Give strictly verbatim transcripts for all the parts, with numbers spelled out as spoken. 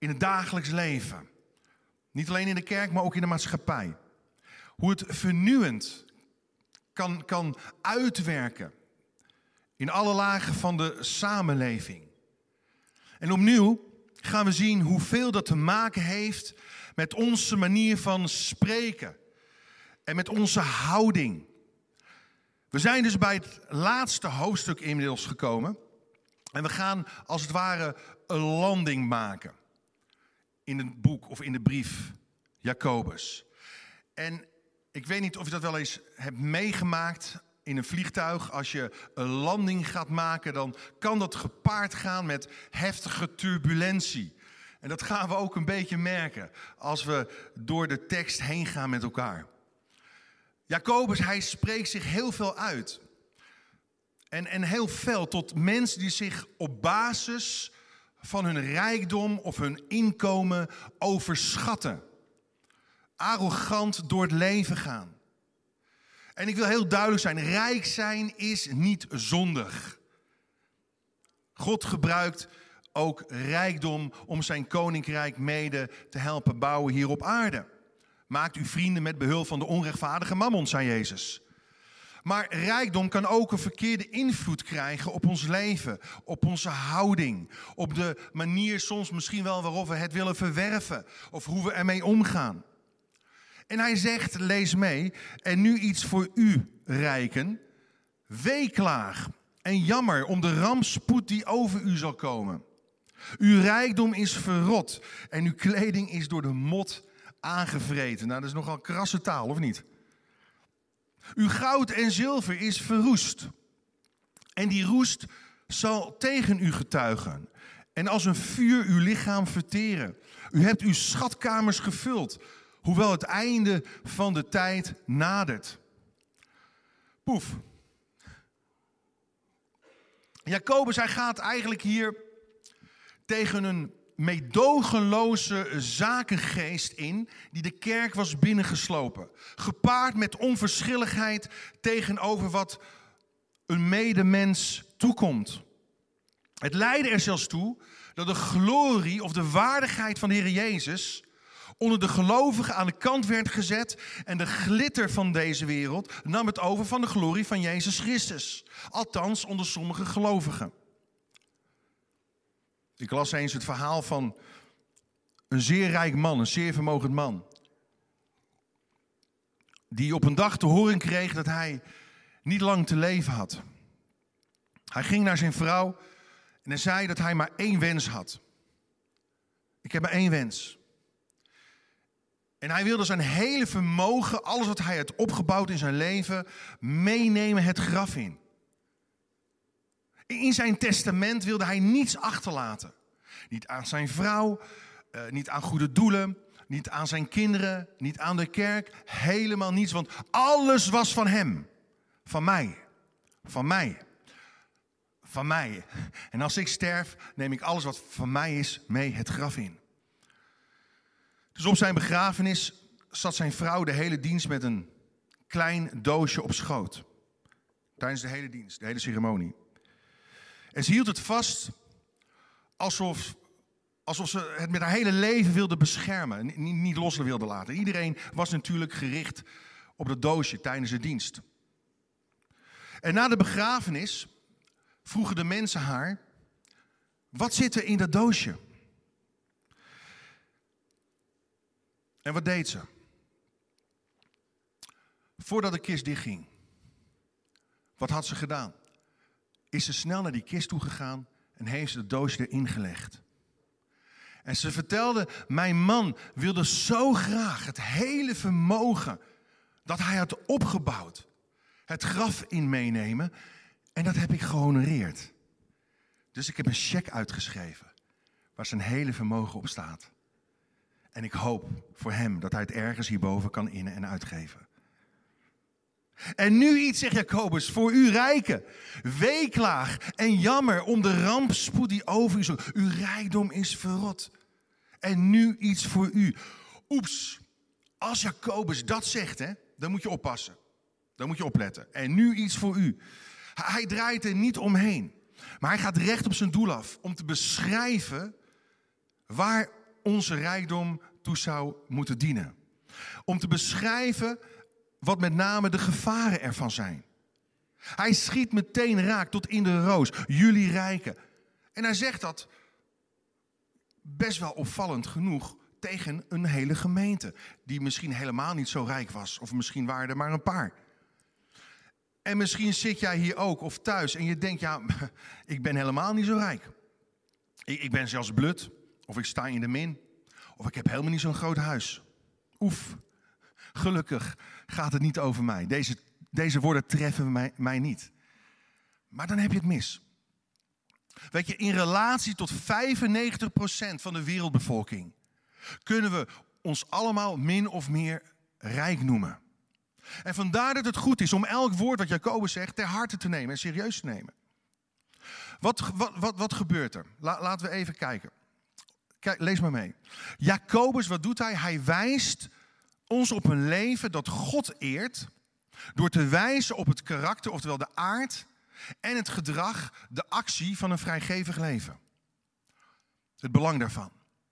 in het dagelijks leven. Niet alleen in de kerk, maar ook in de maatschappij. Hoe het vernieuwend kan, kan uitwerken in alle lagen van de samenleving. En opnieuw gaan we zien hoeveel dat te maken heeft met onze manier van spreken en met onze houding. We zijn dus bij het laatste hoofdstuk inmiddels gekomen. En we gaan als het ware een landing maken in het boek of in de brief Jacobus. En ik weet niet of je dat wel eens hebt meegemaakt in een vliegtuig. Als je een landing gaat maken, dan kan dat gepaard gaan met heftige turbulentie. En dat gaan we ook een beetje merken als we door de tekst heen gaan met elkaar. Jacobus, hij spreekt zich heel veel uit. En, en heel fel tot mensen die zich op basis van hun rijkdom of hun inkomen overschatten. Arrogant door het leven gaan. En ik wil heel duidelijk zijn, rijk zijn is niet zondig. God gebruikt ook rijkdom om zijn koninkrijk mede te helpen bouwen hier op aarde. Maakt u vrienden met behulp van de onrechtvaardige mammon, zei Jezus. Maar rijkdom kan ook een verkeerde invloed krijgen op ons leven, op onze houding, op de manier soms misschien wel waarop we het willen verwerven of hoe we ermee omgaan. En hij zegt, lees mee, en nu iets voor u, rijken, weeklaag en jammer om de rampspoed die over u zal komen. Uw rijkdom is verrot en uw kleding is door de mot aangevreten. Nou, dat is nogal krasse taal, of niet? Uw goud en zilver is verroest. En die roest zal tegen u getuigen. En als een vuur uw lichaam verteren. U hebt uw schatkamers gevuld, hoewel het einde van de tijd nadert. Poef. Jacobus, hij gaat eigenlijk hier tegen een meedogenloze zakengeest in die de kerk was binnengeslopen. Gepaard met onverschilligheid tegenover wat een medemens toekomt. Het leidde er zelfs toe dat de glorie of de waardigheid van de Heer Jezus onder de gelovigen aan de kant werd gezet en de glitter van deze wereld nam het over van de glorie van Jezus Christus. Althans onder sommige gelovigen. Ik las eens het verhaal van een zeer rijk man, een zeer vermogend man. Die op een dag te horen kreeg dat hij niet lang te leven had. Hij ging naar zijn vrouw en hij zei dat hij maar één wens had. Ik heb maar één wens. En hij wilde zijn hele vermogen, alles wat hij had opgebouwd in zijn leven, meenemen het graf in. In zijn testament wilde hij niets achterlaten. Niet aan zijn vrouw, uh, niet aan goede doelen, niet aan zijn kinderen, niet aan de kerk. Helemaal niets, want alles was van hem. Van mij. Van mij. Van mij. En als ik sterf, neem ik alles wat van mij is mee het graf in. Dus op zijn begrafenis zat zijn vrouw de hele dienst met een klein doosje op schoot. Tijdens de hele dienst, de hele ceremonie. En ze hield het vast alsof, alsof ze het met haar hele leven wilde beschermen. Niet, niet los wilde laten. Iedereen was natuurlijk gericht op dat doosje tijdens de dienst. En na de begrafenis vroegen de mensen haar: wat zit er in dat doosje? En wat deed ze? Voordat de kist dichtging, wat had ze gedaan? Is ze snel naar die kist toe gegaan en heeft ze het doosje erin gelegd. En ze vertelde, mijn man wilde zo graag het hele vermogen dat hij had opgebouwd, het graf in meenemen. En dat heb ik gehonoreerd. Dus ik heb een cheque uitgeschreven waar zijn hele vermogen op staat. En ik hoop voor hem dat hij het ergens hierboven kan innen en uitgeven. En nu iets, zegt Jacobus, voor u rijken. Weeklaag en jammer om de rampspoed die over u is. Uw rijkdom is verrot. En nu iets voor u. Oeps, als Jacobus dat zegt, hè, dan moet je oppassen. Dan moet je opletten. En nu iets voor u. Hij draait er niet omheen. Maar hij gaat recht op zijn doel af. Om te beschrijven waar onze rijkdom toe zou moeten dienen. Om te beschrijven wat met name de gevaren ervan zijn. Hij schiet meteen raak tot in de roos. Jullie rijken. En hij zegt dat best wel opvallend genoeg tegen een hele gemeente. Die misschien helemaal niet zo rijk was. Of misschien waren er maar een paar. En misschien zit jij hier ook of thuis en je denkt, ja, ik ben helemaal niet zo rijk. Ik, ik ben zelfs blut. Of ik sta in de min. Of ik heb helemaal niet zo'n groot huis. Oef, gelukkig gaat het niet over mij. Deze, deze woorden treffen mij, mij niet. Maar dan heb je het mis. Weet je, in relatie tot vijfennegentig procent van de wereldbevolking kunnen we ons allemaal min of meer rijk noemen. En vandaar dat het goed is om elk woord wat Jacobus zegt ter harte te nemen en serieus te nemen. Wat, wat, wat, wat gebeurt er? La, laten we even kijken. Kijk, lees maar mee. Jacobus, wat doet hij? Hij wijst ons op een leven dat God eert door te wijzen op het karakter, oftewel de aard en het gedrag, de actie van een vrijgevig leven. Het belang daarvan.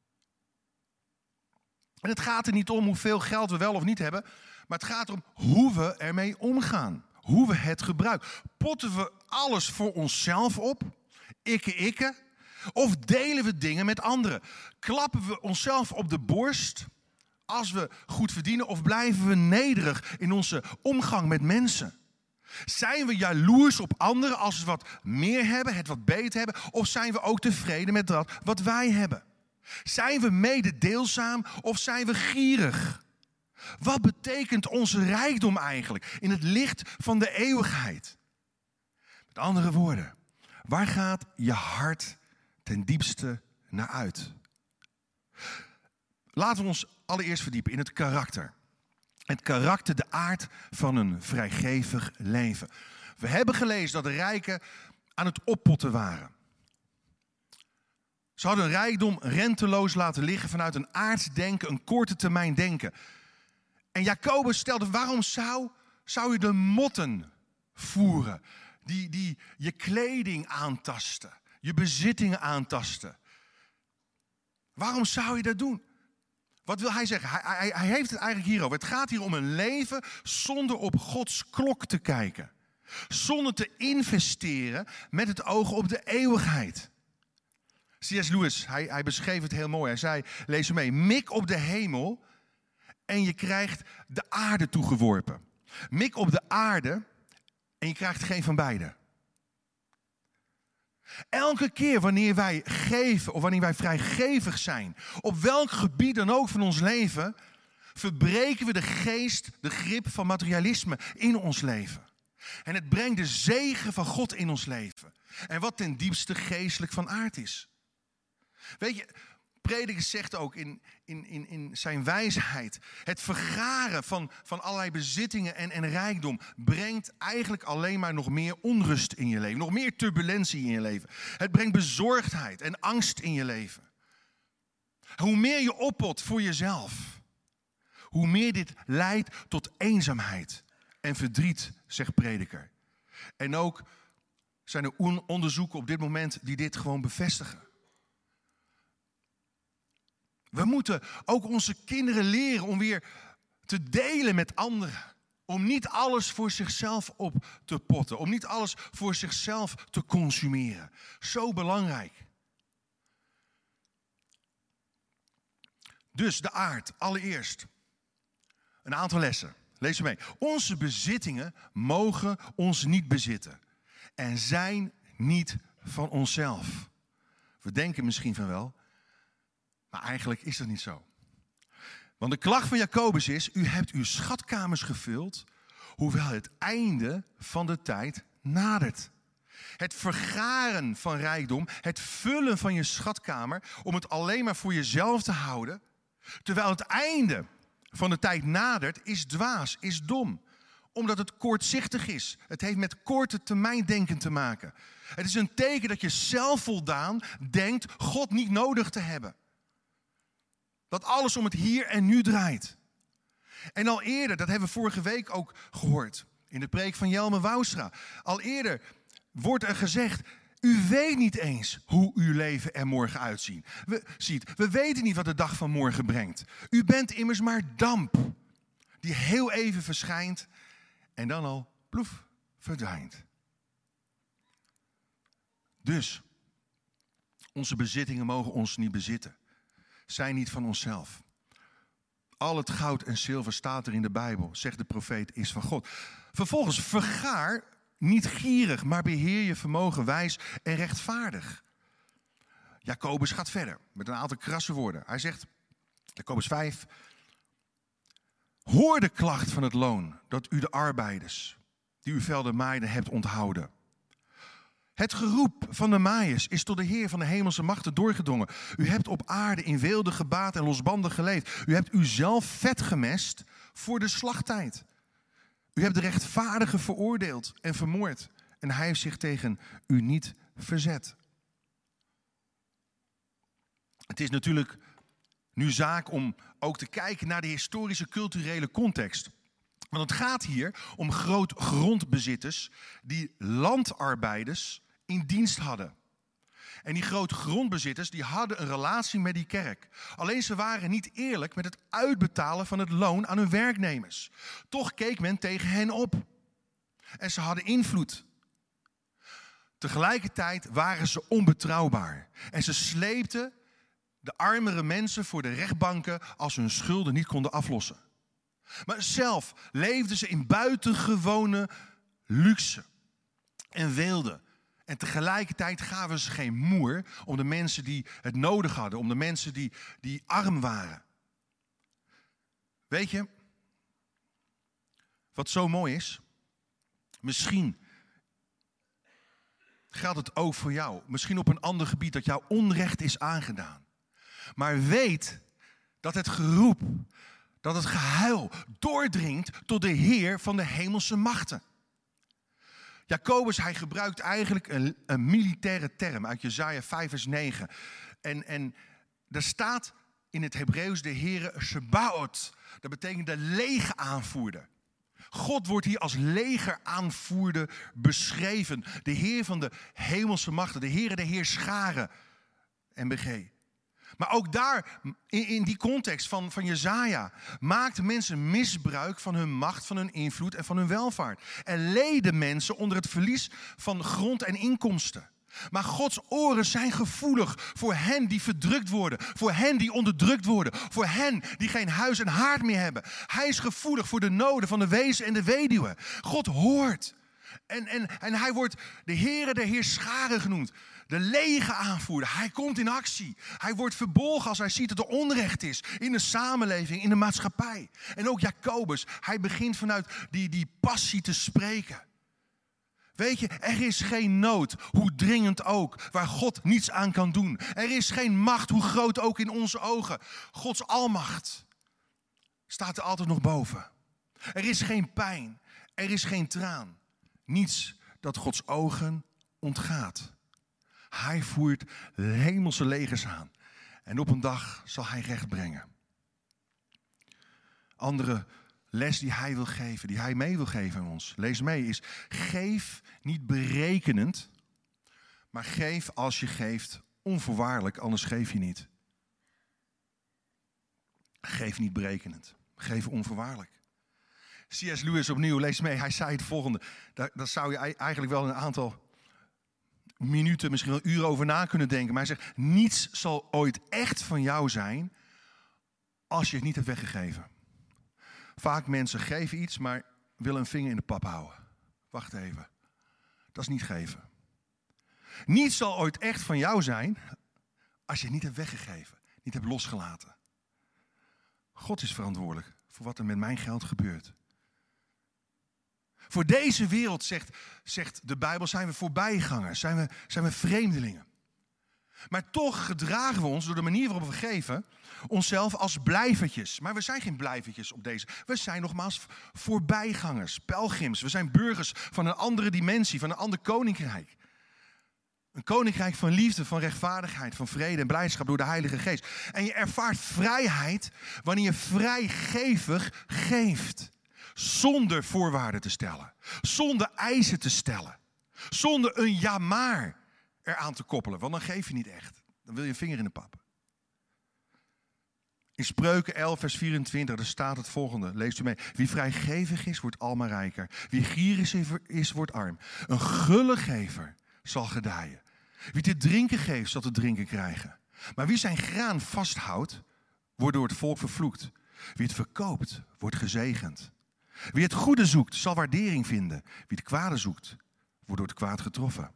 En het gaat er niet om hoeveel geld we wel of niet hebben, maar het gaat erom hoe we ermee omgaan. Hoe we het gebruiken. Potten we alles voor onszelf op? Ikke, ikke? Of delen we dingen met anderen? Klappen we onszelf op de borst als we goed verdienen? Of blijven we nederig in onze omgang met mensen? Zijn we jaloers op anderen als ze wat meer hebben, het wat beter hebben? Of zijn we ook tevreden met dat wat wij hebben? Zijn we mededeelzaam of zijn we gierig? Wat betekent onze rijkdom eigenlijk in het licht van de eeuwigheid? Met andere woorden, waar gaat je hart ten diepste naar uit? Laten we ons allereerst verdiepen in het karakter. Het karakter, de aard van een vrijgevig leven. We hebben gelezen dat de rijken aan het oppotten waren. Ze hadden hun rijkdom renteloos laten liggen vanuit een aards denken, een korte termijn denken. En Jacobus stelde, waarom zou, zou je de motten voeren? Die, die je kleding aantasten, je bezittingen aantasten. Waarom zou je dat doen? Wat wil hij zeggen? Hij, hij, hij heeft het eigenlijk hierover. Het gaat hier om een leven zonder op Gods klok te kijken. Zonder te investeren met het oog op de eeuwigheid. C S Lewis, hij, hij beschreef het heel mooi. Hij zei, lees hem mee, mik op de hemel en je krijgt de aarde toegeworpen. Mik op de aarde en je krijgt geen van beide. Elke keer wanneer wij geven of wanneer wij vrijgevig zijn, op welk gebied dan ook van ons leven, verbreken we de geest, de grip van materialisme in ons leven. En het brengt de zegen van God in ons leven. En wat ten diepste geestelijk van aard is. Weet je, Prediker zegt ook in, in, in, in zijn wijsheid, het vergaren van, van allerlei bezittingen en, en rijkdom brengt eigenlijk alleen maar nog meer onrust in je leven. Nog meer turbulentie in je leven. Het brengt bezorgdheid en angst in je leven. Hoe meer je oppot voor jezelf, hoe meer dit leidt tot eenzaamheid en verdriet, zegt Prediker. En ook zijn er onderzoeken op dit moment die dit gewoon bevestigen. We moeten ook onze kinderen leren om weer te delen met anderen. Om niet alles voor zichzelf op te potten. Om niet alles voor zichzelf te consumeren. Zo belangrijk. Dus de aard, allereerst. Een aantal lessen. Lees ze mee. Onze bezittingen mogen ons niet bezitten. En zijn niet van onszelf. We denken misschien van wel. Maar eigenlijk is dat niet zo. Want de klacht van Jacobus is, u hebt uw schatkamers gevuld, hoewel het einde van de tijd nadert. Het vergaren van rijkdom, het vullen van je schatkamer, om het alleen maar voor jezelf te houden, terwijl het einde van de tijd nadert, is dwaas, is dom. Omdat het kortzichtig is. Het heeft met korte termijn denken te maken. Het is een teken dat je zelfvoldaan denkt God niet nodig te hebben. Dat alles om het hier en nu draait. En al eerder, dat hebben we vorige week ook gehoord. In de preek van Jelme Woustra. Al eerder wordt er gezegd. U weet niet eens hoe uw leven er morgen uitziet. We, ziet. We weten niet wat de dag van morgen brengt. U bent immers maar damp die heel even verschijnt en dan al ploef verdwijnt. Dus, onze bezittingen mogen ons niet bezitten. Zijn niet van onszelf. Al het goud en zilver staat er in de Bijbel, zegt de profeet, is van God. Vervolgens, vergaar niet gierig, maar beheer je vermogen wijs en rechtvaardig. Jacobus gaat verder met een aantal krasse woorden. Hij zegt, Jacobus vijf, hoor de klacht van het loon dat u de arbeiders die uw velden maaiden hebt onthouden. Het geroep van de maaiers is tot de Heer van de hemelse machten doorgedrongen. U hebt op aarde in weelde gebaat en losbandig geleefd. U hebt uzelf vet gemest voor de slachttijd. U hebt de rechtvaardige veroordeeld en vermoord. En hij heeft zich tegen u niet verzet. Het is natuurlijk nu zaak om ook te kijken naar de historische culturele context. Want het gaat hier om grootgrondbezitters die landarbeiders in dienst hadden. En die grootgrondbezitters die hadden een relatie met die kerk. Alleen ze waren niet eerlijk met het uitbetalen van het loon aan hun werknemers. Toch keek men tegen hen op. En ze hadden invloed. Tegelijkertijd waren ze onbetrouwbaar. En ze sleepten de armere mensen voor de rechtbanken als ze hun schulden niet konden aflossen. Maar zelf leefden ze in buitengewone luxe en weelde. En tegelijkertijd gaven ze geen moer om de mensen die het nodig hadden. Om de mensen die, die arm waren. Weet je, wat zo mooi is? Misschien geldt het ook voor jou. Misschien op een ander gebied dat jou onrecht is aangedaan. Maar weet dat het geroep, dat het gehuil doordringt tot de Heer van de hemelse machten. Jacobus, hij gebruikt eigenlijk een, een militaire term uit Jesaja vijf vers negen. En, en daar staat in het Hebreeuws de Heere Sebaot. Dat betekent de legeraanvoerder. God wordt hier als legeraanvoerder beschreven. De Heer van de hemelse machten, de Heere de Heerscharen, M B G. Maar ook daar, in, in die context van, van Jesaja, maakten mensen misbruik van hun macht, van hun invloed en van hun welvaart. En leden mensen onder het verlies van grond en inkomsten. Maar Gods oren zijn gevoelig voor hen die verdrukt worden. Voor hen die onderdrukt worden. Voor hen die geen huis en haard meer hebben. Hij is gevoelig voor de noden van de wezen en de weduwe. God hoort. En, en, en hij wordt de Heere der Heerscharen genoemd. De lege aanvoerder. Hij komt in actie. Hij wordt verbolgen als hij ziet dat er onrecht is. In de samenleving, in de maatschappij. En ook Jacobus. Hij begint vanuit die, die passie te spreken. Weet je, er is geen nood, hoe dringend ook, waar God niets aan kan doen. Er is geen macht, hoe groot ook in onze ogen. Gods almacht staat er altijd nog boven. Er is geen pijn, er is geen traan. Niets dat Gods ogen ontgaat. Hij voert hemelse legers aan. En op een dag zal hij recht brengen. Andere les die hij wil geven, die hij mee wil geven aan ons. Lees mee, is geef niet berekenend, maar geef als je geeft onvoorwaardelijk, anders geef je niet. Geef niet berekenend, geef onvoorwaardelijk. C S Lewis opnieuw, lees mee, hij zei het volgende. Daar, daar zou je eigenlijk wel een aantal minuten, misschien wel uren over na kunnen denken. Maar hij zegt, niets zal ooit echt van jou zijn als je het niet hebt weggegeven. Vaak mensen geven iets, maar willen een vinger in de pap houden. Wacht even. Dat is niet geven. Niets zal ooit echt van jou zijn als je het niet hebt weggegeven. Niet hebt losgelaten. God is verantwoordelijk voor wat er met mijn geld gebeurt. Voor deze wereld, zegt, zegt de Bijbel, zijn we voorbijgangers. Zijn we, zijn we vreemdelingen. Maar toch gedragen we ons, door de manier waarop we geven, onszelf als blijvertjes. Maar we zijn geen blijvertjes op deze. We zijn nogmaals voorbijgangers, pelgrims. We zijn burgers van een andere dimensie, van een ander koninkrijk. Een koninkrijk van liefde, van rechtvaardigheid, van vrede en blijdschap door de Heilige Geest. En je ervaart vrijheid wanneer je vrijgevig geeft. Zonder voorwaarden te stellen. Zonder eisen te stellen. Zonder een ja maar eraan te koppelen, want dan geef je niet echt. Dan wil je een vinger in de pap. In Spreuken elf, vers vierentwintig, daar staat het volgende. Leest u mee. Wie vrijgevig is, wordt almaar rijker. Wie gierig is, wordt arm. Een gulle gever zal gedijen. Wie te drinken geeft, zal te drinken krijgen. Maar wie zijn graan vasthoudt, wordt door het volk vervloekt. Wie het verkoopt, wordt gezegend. Wie het goede zoekt, zal waardering vinden. Wie het kwade zoekt, wordt door het kwaad getroffen.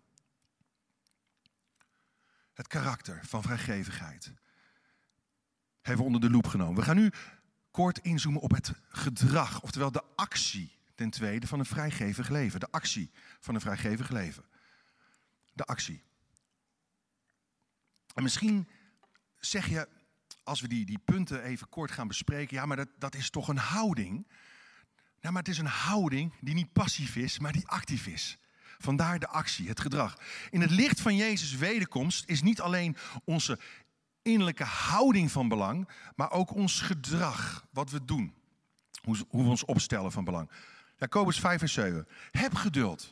Het karakter van vrijgevigheid hebben we onder de loep genomen. We gaan nu kort inzoomen op het gedrag, oftewel de actie ten tweede van een vrijgevig leven. De actie van een vrijgevig leven. De actie. En misschien zeg je, als we die, die punten even kort gaan bespreken, ja, maar dat, dat is toch een houding? Nou, maar het is een houding die niet passief is, maar die actief is. Vandaar de actie, het gedrag. In het licht van Jezus' wederkomst is niet alleen onze innerlijke houding van belang, maar ook ons gedrag, wat we doen. Hoe, hoe we ons opstellen van belang. Jacobus vijf vers zeven. Heb geduld.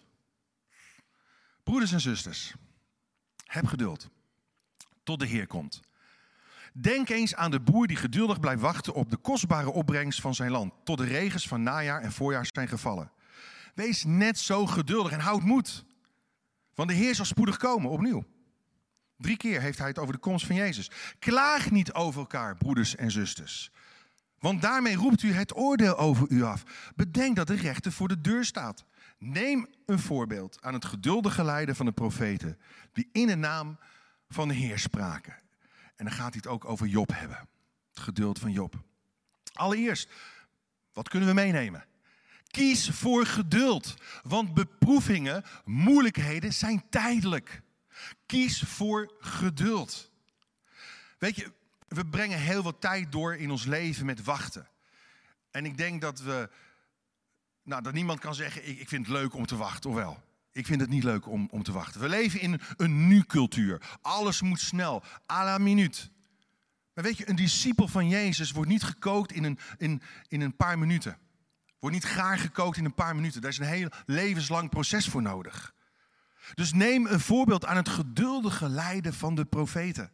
Broeders en zusters, heb geduld tot de Heer komt. Denk eens aan de boer die geduldig blijft wachten op de kostbare opbrengst van zijn land, tot de regens van najaar en voorjaar zijn gevallen. Wees net zo geduldig en houd moed, want de Heer zal spoedig komen, opnieuw. Drie keer heeft hij het over de komst van Jezus. Klaag niet over elkaar, broeders en zusters, want daarmee roept u het oordeel over u af. Bedenk dat de rechter voor de deur staat. Neem een voorbeeld aan het geduldige lijden van de profeten, die in de naam van de Heer spraken. En dan gaat hij het ook over Job hebben. Het geduld van Job. Allereerst, wat kunnen we meenemen? Kies voor geduld, want beproevingen, moeilijkheden zijn tijdelijk. Kies voor geduld. Weet je, we brengen heel wat tijd door in ons leven met wachten. En ik denk dat we, nou, dat niemand kan zeggen, ik, ik vind het leuk om te wachten, of wel? Ik vind het niet leuk om, om te wachten. We leven in een nu-cultuur. Alles moet snel, à la minuut. Maar weet je, een discipel van Jezus wordt niet gekookt in een, in, in een paar minuten. Wordt niet gaar gekookt in een paar minuten. Daar is een heel levenslang proces voor nodig. Dus neem een voorbeeld aan het geduldige lijden van de profeten.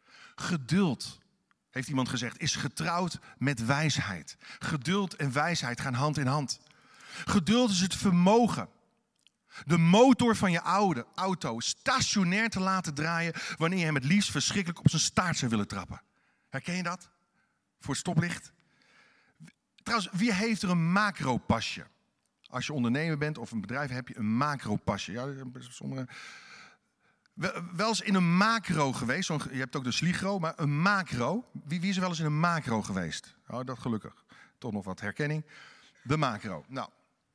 Geduld, heeft iemand gezegd, is getrouwd met wijsheid. Geduld en wijsheid gaan hand in hand. Geduld is het vermogen, de motor van je oude auto stationair te laten draaien wanneer je hem het liefst verschrikkelijk op zijn staart zou willen trappen. Herken je dat? Voor het stoplicht. Trouwens, wie heeft er een macropasje? Als je ondernemer bent of een bedrijf heb je een macropasje. Ja, sommige... Wel eens in een macro geweest. Je hebt ook de sligro, maar een macro. Wie, wie is er wel eens in een macro geweest? Oh, dat gelukkig. Toch nog wat herkenning. De macro. Nou.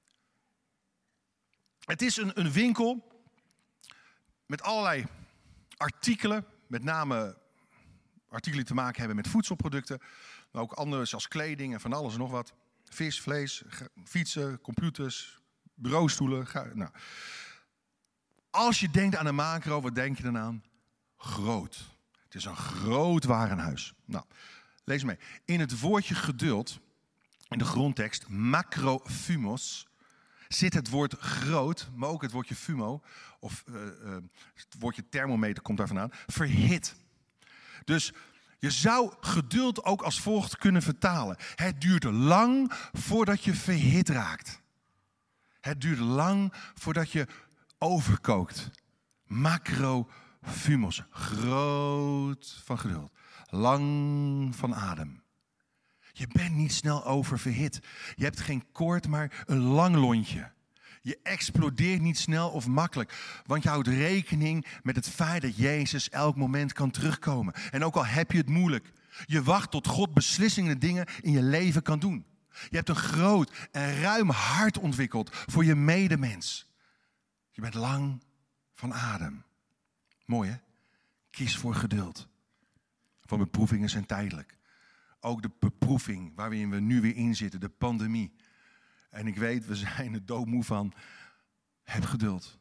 Het is een, een winkel met allerlei artikelen. Met name artikelen die te maken hebben met voedselproducten. Maar ook andere, zoals kleding en van alles en nog wat. Vis, vlees, fietsen, computers, bureaustoelen. Nou. Als je denkt aan een macro, wat denk je dan aan? Groot. Het is een groot warenhuis. Nou, lees mee. In het woordje geduld, in de grondtekst, macrofumos, zit het woord groot, maar ook het woordje fumo, of uh, uh, het woordje thermometer komt daar vandaan, verhit. Dus je zou geduld ook als volgt kunnen vertalen. Het duurt lang voordat je verhit raakt. Het duurt lang voordat je overkookt. Macrofumos, groot van geduld, lang van adem. Je bent niet snel oververhit. Je hebt geen koord, maar een lang lontje. Je explodeert niet snel of makkelijk. Want je houdt rekening met het feit dat Jezus elk moment kan terugkomen. En ook al heb je het moeilijk. Je wacht tot God beslissingen dingen in je leven kan doen. Je hebt een groot en ruim hart ontwikkeld voor je medemens. Je bent lang van adem. Mooi hè? Kies voor geduld. Want beproevingen zijn tijdelijk. Ook de beproeving waarin we nu weer in zitten, de pandemie. En ik weet, we zijn er doodmoe van. Heb geduld.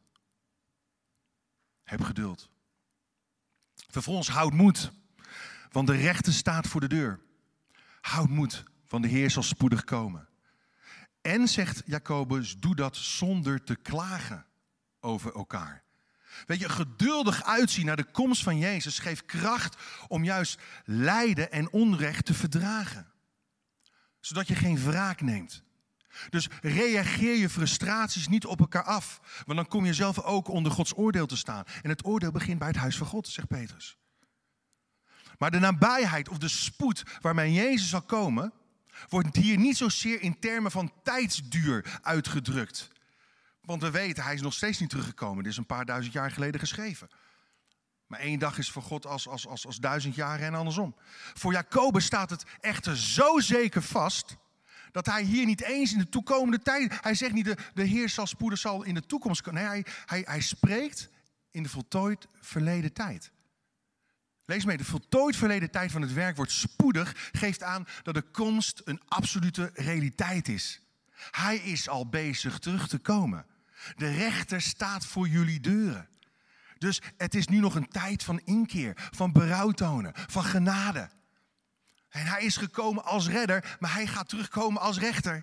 Heb geduld. Vervolgens houd moed, want de rechter staat voor de deur. Houd moed, want de Heer zal spoedig komen. En, zegt Jacobus, doe dat zonder te klagen over elkaar. Weet je, geduldig uitzien naar de komst van Jezus geeft kracht om juist lijden en onrecht te verdragen. Zodat je geen wraak neemt. Dus reageer je frustraties niet op elkaar af. Want dan kom je zelf ook onder Gods oordeel te staan. En het oordeel begint bij het huis van God, zegt Petrus. Maar de nabijheid of de spoed waarmee Jezus zal komen, wordt hier niet zozeer in termen van tijdsduur uitgedrukt. Want we weten, hij is nog steeds niet teruggekomen. Dit is een paar duizend jaar geleden geschreven. Maar één dag is voor God als, als, als, als duizend jaren en andersom. Voor Jacobus staat het echter zo zeker vast, dat hij hier niet eens in de toekomende tijd... Hij zegt niet, de, de Heer zal spoedig zal in de toekomst komen. Nee, hij, hij, hij spreekt in de voltooid verleden tijd. Lees mee, de voltooid verleden tijd van het werkwoord spoedig geeft aan dat de komst een absolute realiteit is. Hij is al bezig terug te komen. De rechter staat voor jullie deuren. Dus het is nu nog een tijd van inkeer, van berouw tonen, van genade. En hij is gekomen als redder, maar hij gaat terugkomen als rechter.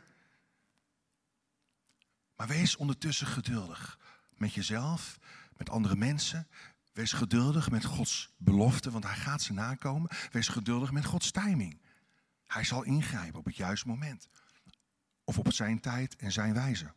Maar wees ondertussen geduldig met jezelf, met andere mensen. Wees geduldig met Gods belofte, want hij gaat ze nakomen. Wees geduldig met Gods timing. Hij zal ingrijpen op het juiste moment. Of op zijn tijd en zijn wijze.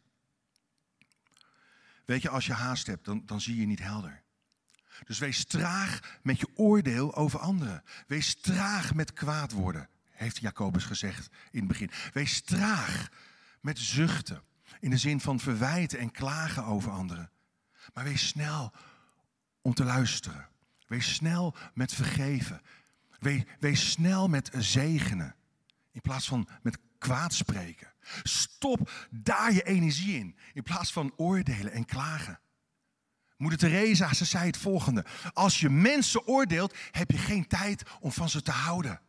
Weet je, als je haast hebt, dan, dan zie je niet helder. Dus wees traag met je oordeel over anderen. Wees traag met kwaad worden, heeft Jacobus gezegd in het begin. Wees traag met zuchten, in de zin van verwijten en klagen over anderen. Maar wees snel om te luisteren. Wees snel met vergeven. Wees, wees snel met zegenen, in plaats van met kwaad spreken. Stop daar je energie in, in plaats van oordelen en klagen. Moeder Teresa, ze zei het volgende: als je mensen oordeelt, heb je geen tijd om van ze te houden.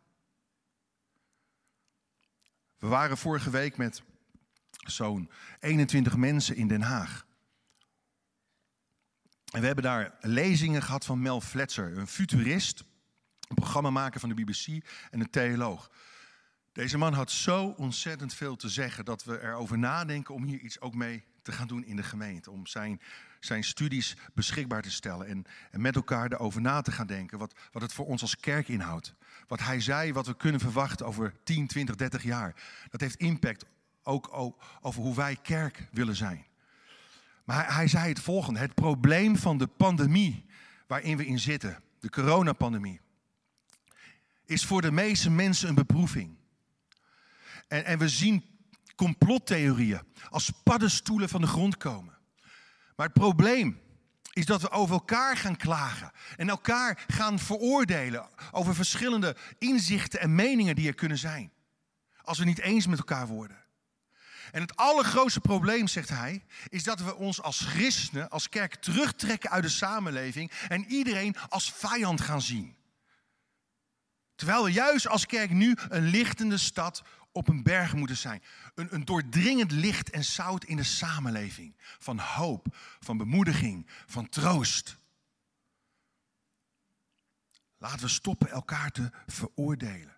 We waren vorige week met zo'n eenentwintig mensen in Den Haag. En we hebben daar lezingen gehad van Mel Fletcher, een futurist, een programmamaker van de B B C en een theoloog. Deze man had zo ontzettend veel te zeggen dat we erover nadenken om hier iets ook mee te gaan doen in de gemeente. Om zijn, zijn studies beschikbaar te stellen en, en met elkaar erover na te gaan denken wat, wat het voor ons als kerk inhoudt. Wat hij zei, wat we kunnen verwachten over tien, twintig, dertig jaar. Dat heeft impact ook over hoe wij kerk willen zijn. Maar hij, hij zei het volgende: het probleem van de pandemie waarin we in zitten, de coronapandemie, is voor de meeste mensen een beproeving. En, en we zien complottheorieën als paddenstoelen van de grond komen. Maar het probleem is dat we over elkaar gaan klagen en elkaar gaan veroordelen over verschillende inzichten en meningen die er kunnen zijn. Als we niet eens met elkaar worden. En het allergrootste probleem, zegt hij, is dat we ons als christenen, als kerk terugtrekken uit de samenleving en iedereen als vijand gaan zien. Terwijl we juist als kerk nu een lichtende stad op een berg moeten zijn. Een, een doordringend licht en zout in de samenleving. Van hoop, van bemoediging, van troost. Laten we stoppen elkaar te veroordelen.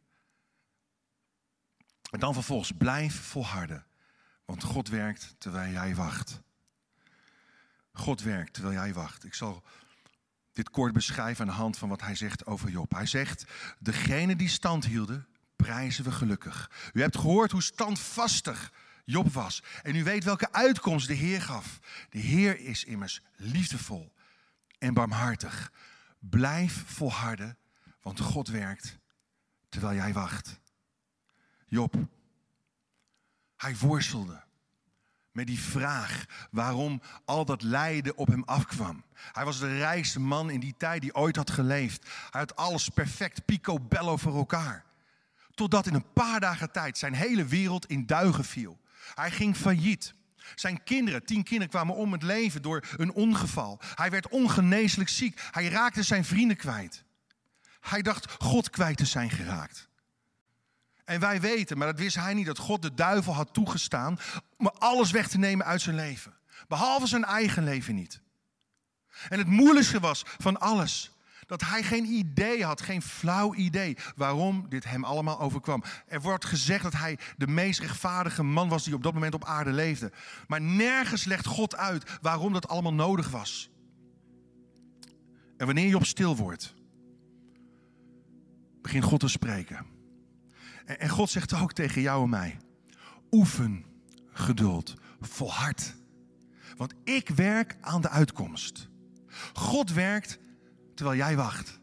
En dan vervolgens blijf volharden. Want God werkt terwijl jij wacht. God werkt terwijl jij wacht. Ik zal dit kort beschrijven aan de hand van wat hij zegt over Job. Hij zegt: degene die stand hielden, prijzen we gelukkig. U hebt gehoord hoe standvastig Job was. En u weet welke uitkomst de Heer gaf. De Heer is immers liefdevol en barmhartig. Blijf volharden, want God werkt terwijl jij wacht. Job, hij worstelde met die vraag waarom al dat lijden op hem afkwam. Hij was de rijkste man in die tijd die ooit had geleefd. Hij had alles perfect picobello voor elkaar. Totdat in een paar dagen tijd zijn hele wereld in duigen viel. Hij ging failliet. Zijn kinderen, tien kinderen kwamen om het leven door een ongeval. Hij werd ongeneeslijk ziek. Hij raakte zijn vrienden kwijt. Hij dacht God kwijt te zijn geraakt. En wij weten, maar dat wist hij niet, dat God de duivel had toegestaan om alles weg te nemen uit zijn leven. Behalve zijn eigen leven niet. En het moeilijkste was van alles dat hij geen idee had, geen flauw idee waarom dit hem allemaal overkwam. Er wordt gezegd dat hij de meest rechtvaardige man was die op dat moment op aarde leefde. Maar nergens legt God uit waarom dat allemaal nodig was. En wanneer Job stil wordt, begint God te spreken. En, en God zegt ook tegen jou en mij, oefen geduld, volhard. Want ik werk aan de uitkomst. God werkt terwijl jij wacht.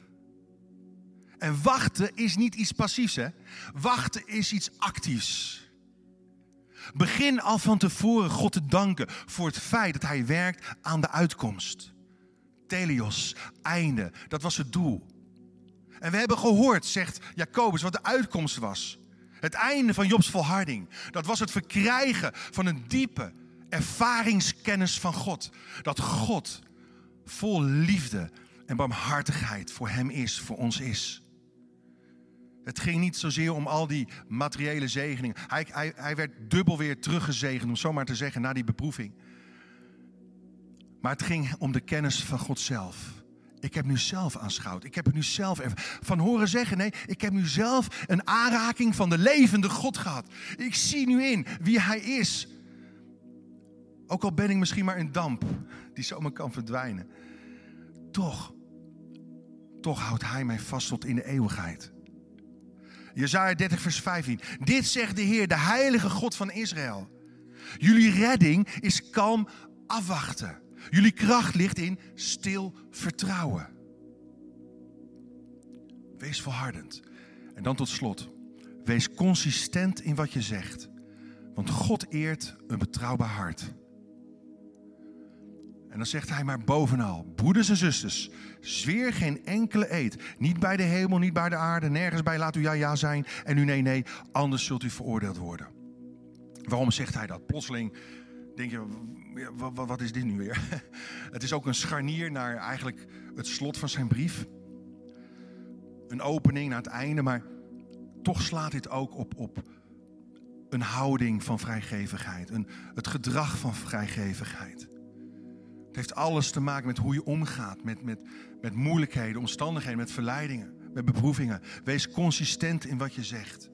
En wachten is niet iets passiefs, hè? Wachten is iets actiefs. Begin al van tevoren God te danken voor het feit dat hij werkt aan de uitkomst. Teleos, einde, dat was het doel. En we hebben gehoord, zegt Jacobus, wat de uitkomst was. Het einde van Jobs volharding. Dat was het verkrijgen van een diepe ervaringskennis van God. Dat God vol liefde en barmhartigheid voor hem is, voor ons is. Het ging niet zozeer om al die materiële zegeningen. Hij, hij, hij werd dubbel weer teruggezegend, om zo maar te zeggen, na die beproeving. Maar het ging om de kennis van God zelf. Ik heb nu zelf aanschouwd. Ik heb het nu zelf van horen zeggen. Nee, ik heb nu zelf een aanraking van de levende God gehad. Ik zie nu in wie hij is. Ook al ben ik misschien maar een damp die zomaar kan verdwijnen. Toch, toch houdt hij mij vast tot in de eeuwigheid. Jesaja dertig vers vijftien. Dit zegt de Heer, de heilige God van Israël. Jullie redding is kalm afwachten. Jullie kracht ligt in stil vertrouwen. Wees volhardend. En dan tot slot. Wees consistent in wat je zegt. Want God eert een betrouwbaar hart. En dan zegt hij maar bovenal. Broeders en zusters, zweer geen enkele eed. Niet bij de hemel, niet bij de aarde. Nergens bij laat u ja ja zijn. En u nee nee, anders zult u veroordeeld worden. Waarom zegt hij dat? Plotseling denk je, wat, wat is dit nu weer? Het is ook een scharnier naar eigenlijk het slot van zijn brief. Een opening naar het einde, maar toch slaat dit ook op, op een houding van vrijgevigheid. Een, het gedrag van vrijgevigheid. Het heeft alles te maken met hoe je omgaat met, met, met moeilijkheden, omstandigheden, met verleidingen, met beproevingen. Wees consistent in wat je zegt.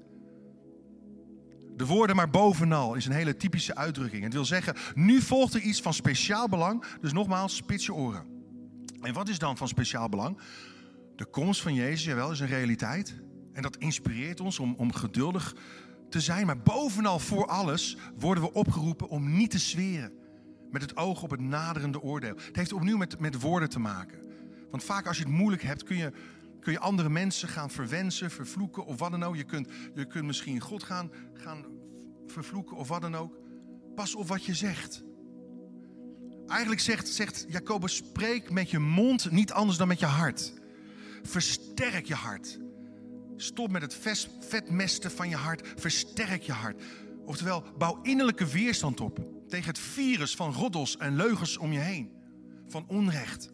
De woorden maar bovenal is een hele typische uitdrukking. Het wil zeggen, nu volgt er iets van speciaal belang. Dus nogmaals, spits je oren. En wat is dan van speciaal belang? De komst van Jezus, jawel, is een realiteit. En dat inspireert ons om, om geduldig te zijn. Maar bovenal voor alles worden we opgeroepen om niet te zweren. Met het oog op het naderende oordeel. Het heeft opnieuw met, met woorden te maken. Want vaak als je het moeilijk hebt, kun je, kun je andere mensen gaan verwensen, vervloeken of wat dan ook. Je kunt, je kunt misschien God gaan, gaan vervloeken of wat dan ook. Pas op wat je zegt. Eigenlijk zegt, zegt Jacobus, spreek met je mond niet anders dan met je hart. Versterk je hart. Stop met het vetmesten van je hart. Versterk je hart. Oftewel, bouw innerlijke weerstand op tegen het virus van roddels en leugens om je heen. Van onrecht.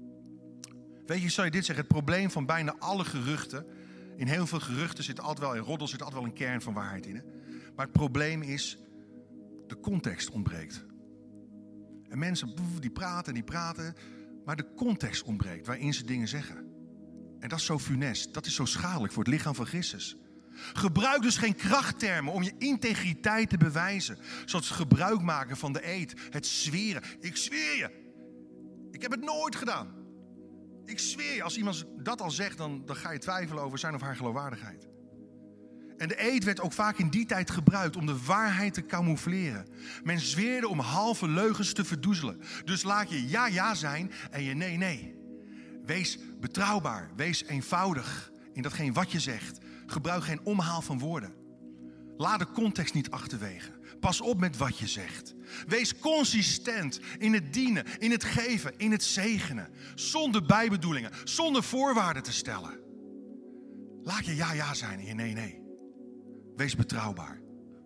Weet je, zou je dit zeggen? Het probleem van bijna alle geruchten. In heel veel geruchten zit altijd wel, in roddels zit altijd wel een kern van waarheid in. Hè? Maar het probleem is, de context ontbreekt. En mensen die praten en die praten, maar de context ontbreekt waarin ze dingen zeggen. En dat is zo funest, dat is zo schadelijk voor het lichaam van Christus. Gebruik dus geen krachttermen om je integriteit te bewijzen. Zoals het gebruik maken van de eed, het zweren. Ik zweer je, ik heb het nooit gedaan. Ik zweer je, als iemand dat al zegt, dan, dan ga je twijfelen over zijn of haar geloofwaardigheid. En de eed werd ook vaak in die tijd gebruikt om de waarheid te camoufleren. Men zweerde om halve leugens te verdoezelen. Dus laat je ja ja zijn en je nee nee. Wees betrouwbaar, wees eenvoudig in datgene wat je zegt. Gebruik geen omhaal van woorden. Laat de context niet achterwege. Pas op met wat je zegt. Wees consistent in het dienen, in het geven, in het zegenen. Zonder bijbedoelingen, zonder voorwaarden te stellen. Laat je ja ja zijn en je nee nee. Wees betrouwbaar.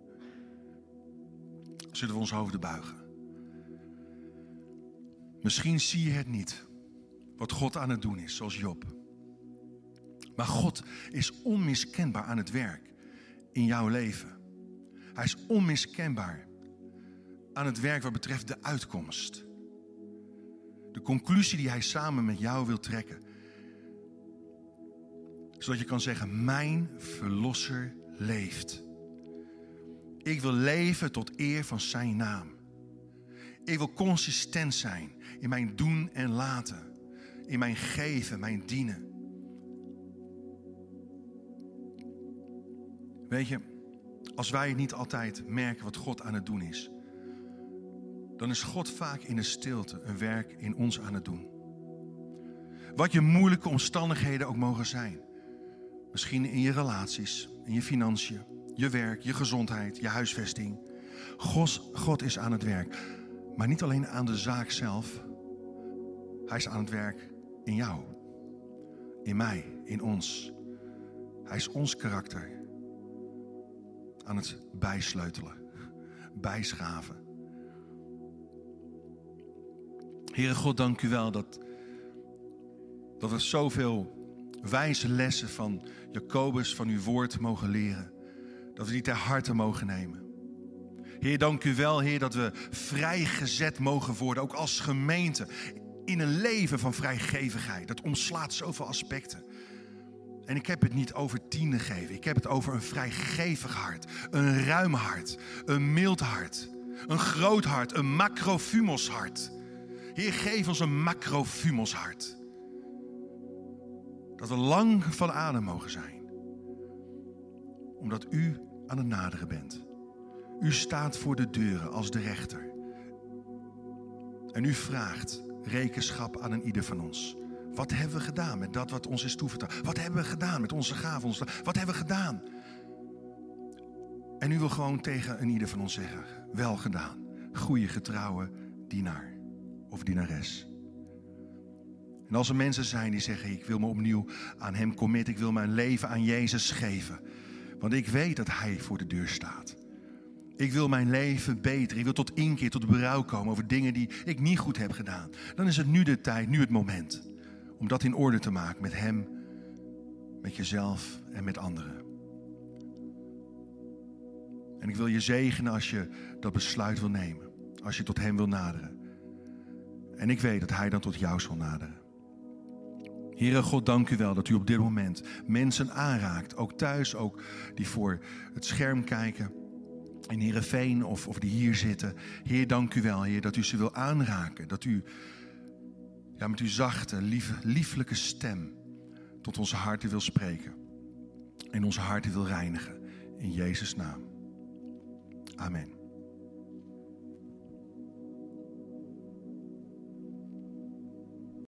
Zullen we onze hoofden buigen? Misschien zie je het niet. Wat God aan het doen is, zoals Job. Maar God is onmiskenbaar aan het werk in jouw leven. Hij is onmiskenbaar aan het werk wat betreft de uitkomst. De conclusie die hij samen met jou wil trekken. Zodat je kan zeggen, mijn verlosser leeft. Ik wil leven tot eer van zijn naam. Ik wil consistent zijn in mijn doen en laten. in mijn geven, mijn dienen. Weet je, als wij niet altijd merken wat God aan het doen is, dan is God vaak in de stilte een werk in ons aan het doen. Wat je moeilijke omstandigheden ook mogen zijn. Misschien in je relaties, in je financiën, je werk, je gezondheid, je huisvesting. God, God is aan het werk. Maar niet alleen aan de zaak zelf. Hij is aan het werk in jou. In mij, in ons. Hij is ons karakter aan het bijsleutelen, bijschaven. Heere God, dank u wel dat, dat we zoveel wijze lessen van Jacobus, van uw woord mogen leren. Dat we die ter harte mogen nemen. Heer, dank u wel, Heer, dat we vrijgezet mogen worden, ook als gemeente, in een leven van vrijgevigheid. Dat omslaat zoveel aspecten. En ik heb het niet over tienden geven. Ik heb het over een vrijgevig hart. Een ruim hart. Een mild hart. Een groot hart. Een macrofumos hart. Heer, geef ons een macrofumos hart. Dat we lang van adem mogen zijn. Omdat u aan het naderen bent. U staat voor de deuren als de rechter. En u vraagt rekenschap aan een ieder van ons. Wat hebben we gedaan met dat wat ons is toevertrouwd? Wat hebben we gedaan met onze gaven? Wat hebben we gedaan? En u wil gewoon tegen een ieder van ons zeggen, wel gedaan. Goeie getrouwe dienaar of dienares. En als er mensen zijn die zeggen, ik wil me opnieuw aan hem committen. Ik wil mijn leven aan Jezus geven. Want ik weet dat hij voor de deur staat. Ik wil mijn leven beter. Ik wil tot inkeer, tot berouw komen over dingen die ik niet goed heb gedaan. Dan is het nu de tijd, nu het moment. Om dat in orde te maken met hem, met jezelf en met anderen. En ik wil je zegenen als je dat besluit wil nemen. Als je tot hem wil naderen. En ik weet dat hij dan tot jou zal naderen. Heere God, dank u wel dat u op dit moment mensen aanraakt. Ook thuis, ook die voor het scherm kijken. In Heerenveen of, of die hier zitten. Heer, dank u wel, Heer, dat u ze wil aanraken. Dat u ja, met uw zachte, lief, lieflijke stem tot onze harten wil spreken. En onze harten wil reinigen. In Jezus' naam. Amen.